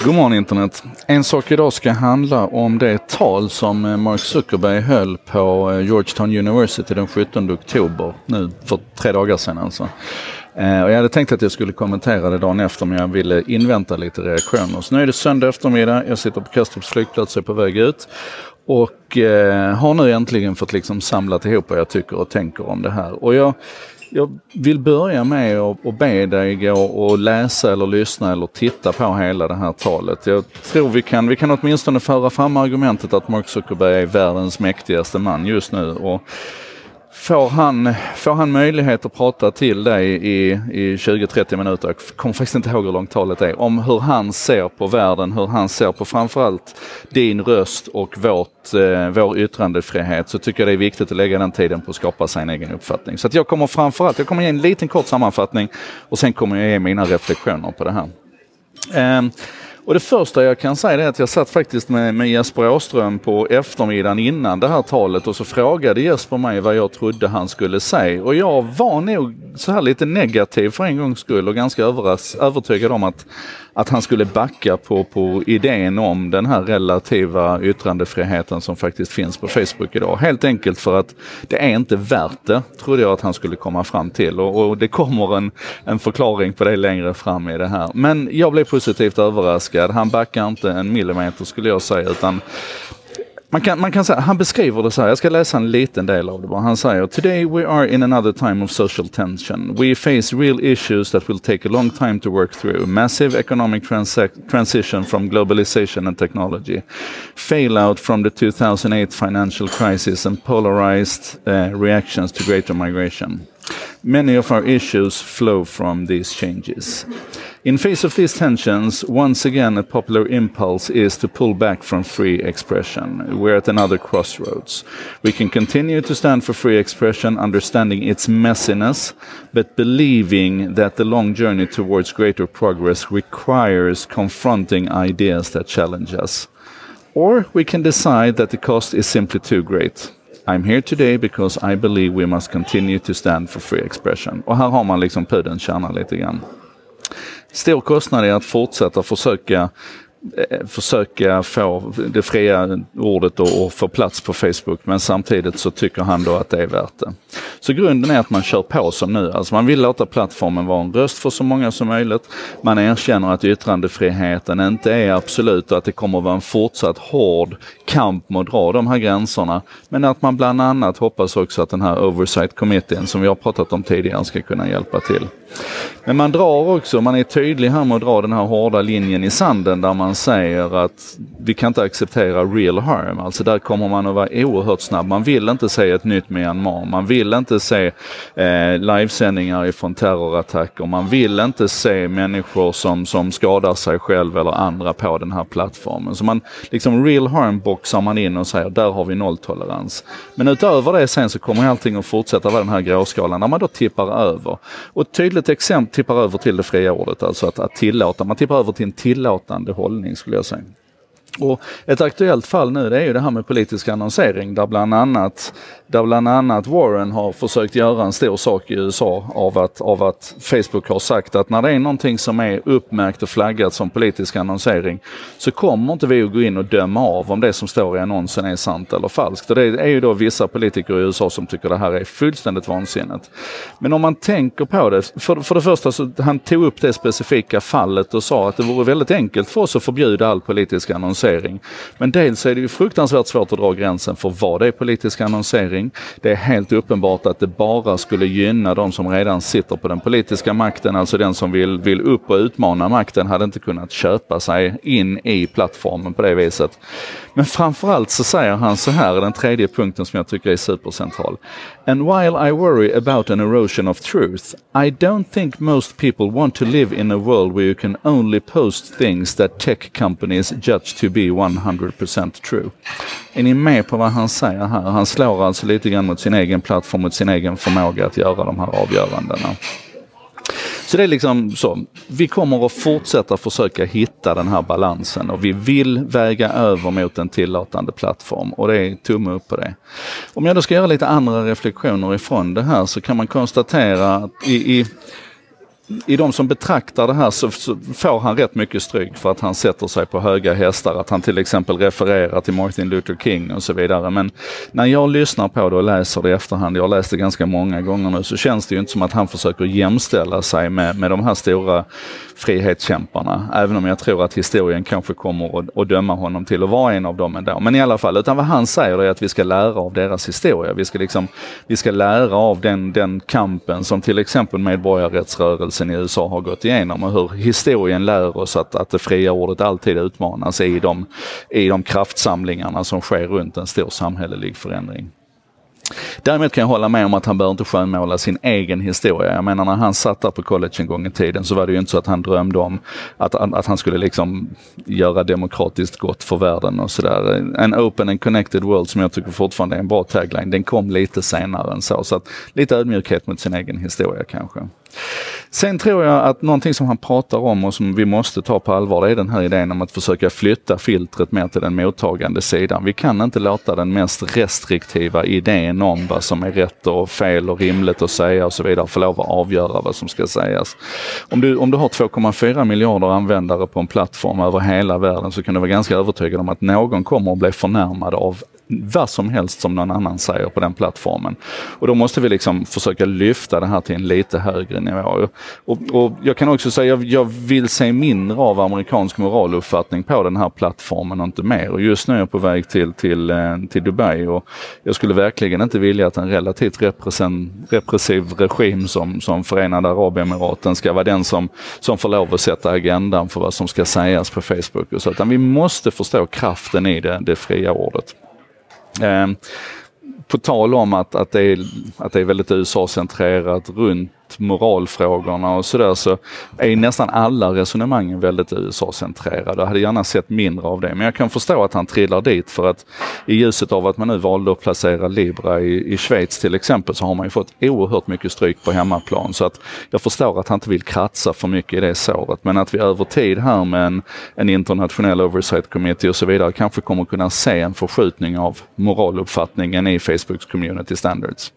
God morgon internet. En sak idag ska handla om det tal som Mark Zuckerberg höll på Georgetown University den 17 oktober, nu för 3 dagar sedan alltså. Och jag hade tänkt att jag skulle kommentera det dagen efter, men jag ville invänta lite reaktioner. Så nu är det söndag eftermiddag, jag sitter på Kastrups flygplats och är på väg ut. Och har nu äntligen fått liksom samlat ihop vad jag tycker och tänker om det här. Och jag vill börja med att be dig gå och läsa eller lyssna eller titta på hela det här talet. Jag tror vi kan åtminstone föra fram argumentet att Mark Zuckerberg är världens mäktigaste man just nu. Och får han möjlighet att prata till dig i 20-30 minuter, jag kommer faktiskt inte ihåg hur långt talet är, om hur han ser på världen, hur han ser på framförallt din röst och vår yttrandefrihet, så tycker jag det är viktigt att lägga den tiden på att skapa sin egen uppfattning. Så att jag kommer ge en liten kort sammanfattning och sen kommer jag ge mina reflektioner på det här. Och det första jag kan säga är att jag satt faktiskt med Jesper Åström på eftermiddagen innan det här talet och så frågade Jesper mig vad jag trodde han skulle säga. Och jag var nog så här lite negativ för en gångs skull och ganska övertygad om att han skulle backa på idén om den här relativa yttrandefriheten som faktiskt finns på Facebook idag. Helt enkelt för att det är inte värt det, trodde jag att han skulle komma fram till. Och det kommer en förklaring på det längre fram i det här. Men jag blev positivt överraskad. Han backar inte en millimeter skulle jag säga, utan man kan säga, han beskriver det så här, jag ska läsa en liten del av det. Han säger: "Today we are in another time of social tension. We face real issues that will take a long time to work through. Massive economic transition from globalization and technology. Fallout from the 2008 financial crisis and polarized reactions to greater migration. Many of our issues flow from these changes. In face of these tensions, once again a popular impulse is to pull back from free expression. We're at another crossroads. We can continue to stand for free expression, understanding its messiness, but believing that the long journey towards greater progress requires confronting ideas that challenge us. Or we can decide that the cost is simply too great. I'm here today because I believe we must continue to stand for free expression." Och här har man liksom pudelns kärna lite grann. Stor kostnad är att fortsätta försöka få det fria ordet och få plats på Facebook, men samtidigt så tycker han då att det är värt det. Så grunden är att man kör på som nu. Alltså man vill låta plattformen vara en röst för så många som möjligt. Man erkänner att yttrandefriheten inte är absolut och att det kommer att vara en fortsatt hård kamp mot att dra de här gränserna. Men att man bland annat hoppas också att den här Oversight Committee som vi har pratat om tidigare ska kunna hjälpa till. Men man är tydlig här med att dra den här hårda linjen i sanden där man säger att vi kan inte acceptera real harm. Alltså där kommer man att vara oerhört snabb. Man vill inte se ett nytt Myanmar. Man vill inte se livesändningar ifrån terrorattacker. Man vill inte se människor som skadar sig själv eller andra på den här plattformen. Så man liksom real harm boxar man in och säger där har vi nolltolerans. Men utöver det sen så kommer allting att fortsätta vara den här gråskalan där man då tippar över. Och ett tydligt exempel tippar över till det fria ordet, alltså att tillåta. Man tippar över till en tillåtande hållning skulle jag säga. Och ett aktuellt fall nu, det är ju det här med politisk annonsering där bland annat Warren har försökt göra en stor sak i USA av att Facebook har sagt att när det är någonting som är uppmärkt och flaggat som politisk annonsering så kommer inte vi att gå in och döma av om det som står i annonsen är sant eller falskt. Och det är ju då vissa politiker i USA som tycker det här är fullständigt vansinnigt. Men om man tänker på det, för det första så han tog upp det specifika fallet och sa att det vore väldigt enkelt för oss att förbjuda all politisk annonsering. Men dels är det ju fruktansvärt svårt att dra gränsen för vad det är politisk annonsering. Det är helt uppenbart att det bara skulle gynna de som redan sitter på den politiska makten, alltså den som vill upp och utmana makten hade inte kunnat köpa sig in i plattformen på det viset. Men framförallt så säger han så här, den tredje punkten som jag tycker är supercentral. "And while I worry about an erosion of truth, I don't think most people want to live in a world where you can only post things that tech companies judge to be 100% true." Är ni med på vad han säger här? Han slår alltså lite grann mot sin egen plattform, mot sin egen förmåga att göra de här avgörandena. Så det är liksom så. Vi kommer att fortsätta försöka hitta den här balansen och vi vill väga över mot en tillåtande plattform och det är tumme upp på det. Om jag då ska göra lite andra reflektioner ifrån det här så kan man konstatera att i de som betraktar det här så får han rätt mycket stryk för att han sätter sig på höga hästar, att han till exempel refererar till Martin Luther King och så vidare. Men när jag lyssnar på det och läser det i efterhand, jag har läst det ganska många gånger nu, så känns det ju inte som att han försöker jämställa sig med de här stora frihetskämparna. Även om jag tror att historien kanske kommer att döma honom till att vara en av dem ändå. Men i alla fall, utan vad han säger är att vi ska lära av deras historia. Vi ska lära av den kampen som till exempel medborgarrättsrörelsen i USA har gått igenom, och hur historien lär oss att det fria ordet alltid utmanas i de kraftsamlingarna som sker runt en stor samhällelig förändring. Därmed kan jag hålla med om att han bör inte skönmåla sin egen historia. Jag menar, när han satt där på college en gång i tiden så var det ju inte så att han drömde om att han skulle liksom göra demokratiskt gott för världen och sådär. En open and connected world, som jag tycker fortfarande är en bra tagline, den kom lite senare än så att lite ödmjukhet mot sin egen historia kanske. Sen tror jag att någonting som han pratar om och som vi måste ta på allvar är den här idén om att försöka flytta filtret mer till den mottagande sidan. Vi kan inte låta den mest restriktiva idén om vad som är rätt och fel och rimligt att säga och så vidare få lov att avgöra vad som ska sägas. Om du har 2,4 miljarder användare på en plattform över hela världen, så kan du vara ganska övertygad om att någon kommer att bli förnärmad av vad som helst som någon annan säger på den plattformen. Och då måste vi liksom försöka lyfta det här till en lite högre nivå. Och jag kan också säga att jag vill se mindre av amerikansk moraluppfattning på den här plattformen och inte mer. Och just nu är jag på väg till Dubai, och jag skulle verkligen inte vilja att en relativt repressiv regim som Förenade Arabemiraten ska vara den som får lov att sätta agendan för vad som ska sägas på Facebook och så. Utan vi måste förstå kraften i det fria ordet. På tal om att det är väldigt USA-centrerat runt moralfrågorna och sådär, så är nästan alla resonemangen väldigt USA-centrerade. Jag hade gärna sett mindre av det, men jag kan förstå att han trillar dit, för att i ljuset av att man nu valde att placera Libra i Schweiz till exempel, så har man ju fått oerhört mycket stryk på hemmaplan, så att jag förstår att han inte vill kratsa för mycket i det såret, men att vi över tid här med en internationell oversight committee och så vidare kanske kommer kunna se en förskjutning av moraluppfattningen i Facebooks community standards.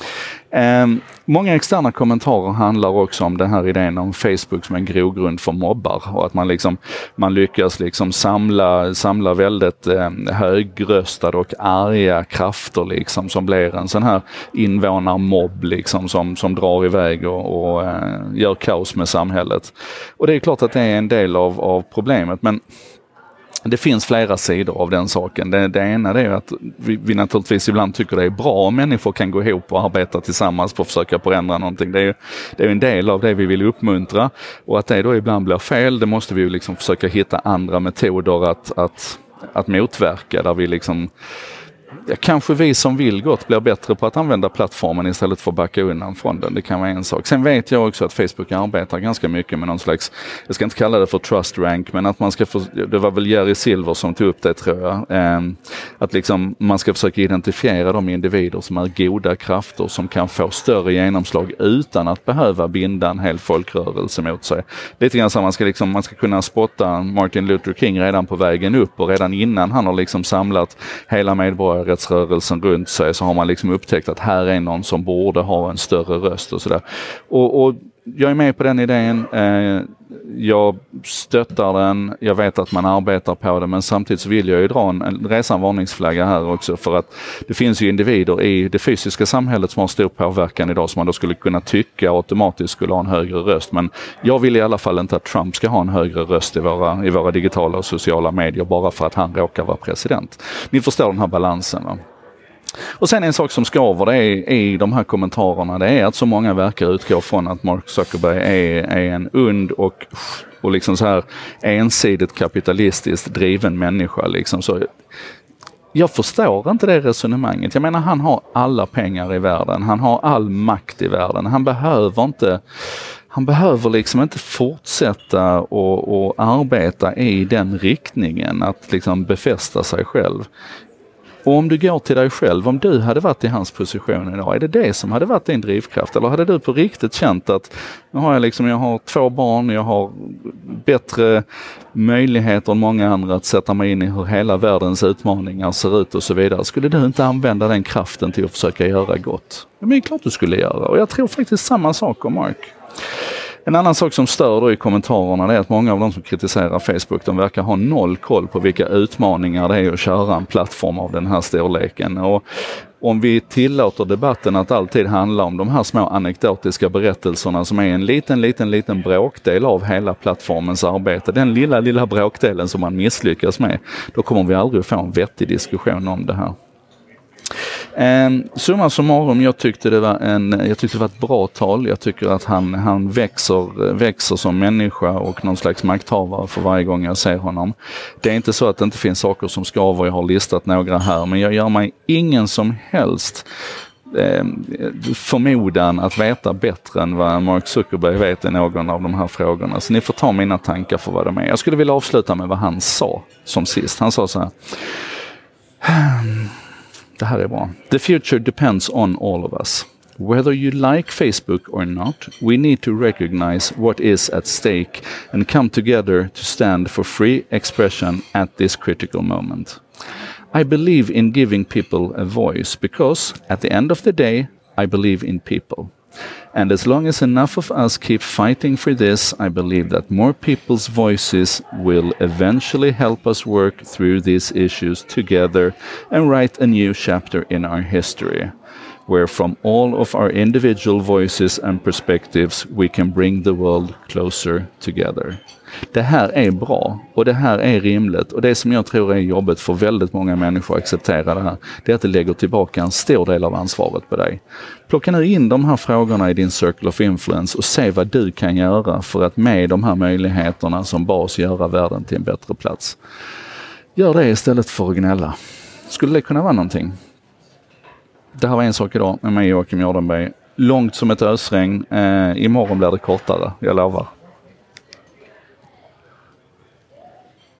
Många externa kommentarer handlar också om den här idén om Facebook som en grogrund för mobbar, och att man lyckas samla väldigt högröstade och arga krafter som blir en sån här invånarmobb som drar iväg och gör kaos med samhället. Och det är klart att det är en del av problemet, men det finns flera sidor av den saken. Det ena är att vi naturligtvis ibland tycker det är bra om människor kan gå ihop och arbeta tillsammans för att försöka förändra någonting. Det är en del av det vi vill uppmuntra, och att det då ibland blir fel, det måste vi ju försöka hitta andra metoder att motverka, där vi kanske vi som vill gott blir bättre på att använda plattformen istället för att backa undan från den. Det kan vara en sak. Sen vet jag också att Facebook arbetar ganska mycket med någon slags, jag ska inte kalla det för trust rank, men att man ska det var väl Jerry Silver som tog upp det, tror jag. Att man ska försöka identifiera de individer som är goda krafter, som kan få större genomslag utan att behöva binda en hel folkrörelse mot sig. Lite grann så man ska kunna spotta Martin Luther King redan på vägen upp, och redan innan han har samlat hela medborgarrättsrörelsen runt sig, så har man upptäckt att här är någon som borde ha en större röst och sådär. Och jag är med på den idén. Jag stöttar den. Jag vet att man arbetar på det, men samtidigt så vill jag ju dra en varningsflagga här också, för att det finns ju individer i det fysiska samhället som har stor påverkan idag, som man då skulle kunna tycka automatiskt skulle ha en högre röst. Men jag vill i alla fall inte att Trump ska ha en högre röst i våra digitala och sociala medier bara för att han råkar vara president. Ni förstår den här balansen, va? Och sen en sak som skaver det är i de här kommentarerna, det är att så många verkar utgå från att Mark Zuckerberg är en und och så här ensidigt kapitalistiskt driven människa. Så jag förstår inte det resonemanget. Jag menar, han har alla pengar i världen, han har all makt i världen, han behöver inte fortsätta och arbeta i den riktningen att befästa sig själv. Och om du går till dig själv, om du hade varit i hans position idag, är det som hade varit din drivkraft? Eller hade du på riktigt känt att nu har jag har 2 barn, jag har bättre möjligheter än många andra att sätta mig in i hur hela världens utmaningar ser ut och så vidare. Skulle du inte använda den kraften till att försöka göra gott? Men det är klart du skulle göra, och jag tror faktiskt samma sak om Mark. En annan sak som stör då i kommentarerna är att många av de som kritiserar Facebook, de verkar ha noll koll på vilka utmaningar det är att köra en plattform av den här storleken. Och om vi tillåter debatten att alltid handla om de här små anekdotiska berättelserna som är en liten bråkdel av hela plattformens arbete, den lilla bråkdelen som man misslyckas med, då kommer vi aldrig få en vettig diskussion om det här. Summa summarum, jag tyckte det var ett bra tal. Jag tycker att han växer som människa och någon slags makthavare för varje gång jag ser honom. Det är inte så att det inte finns saker som skaver, jag har listat några här, men jag gör mig ingen som helst förmodan att veta bättre än vad Mark Zuckerberg vet i någon av de här frågorna. Så ni får ta mina tankar för vad de är. Jag skulle vilja avsluta med vad han sa som sist. Han sa så här: det här är bra. The future depends on all of us. Whether you like Facebook or not, we need to recognize what is at stake and come together to stand for free expression at this critical moment. I believe in giving people a voice because, at the end of the day, I believe in people. And as long as enough of us keep fighting for this, I believe that more people's voices will eventually help us work through these issues together and write a new chapter in our history, where from all of our individual voices and perspectives we can bring the world closer together. Det här är bra och det här är rimligt, och det som jag tror är jobbet för väldigt många människor att acceptera det här, det är att det lägger tillbaka en stor del av ansvaret på dig. Plocka nu in de här frågorna i din circle of influence och se vad du kan göra för att med de här möjligheterna som bas göra världen till en bättre plats. Gör det istället för att gnälla. Skulle det kunna vara någonting? Det här var en sak idag med mig, Joakim Jardenberg. Långt som ett ösregn. Imorgon blir det kortare, jag lovar.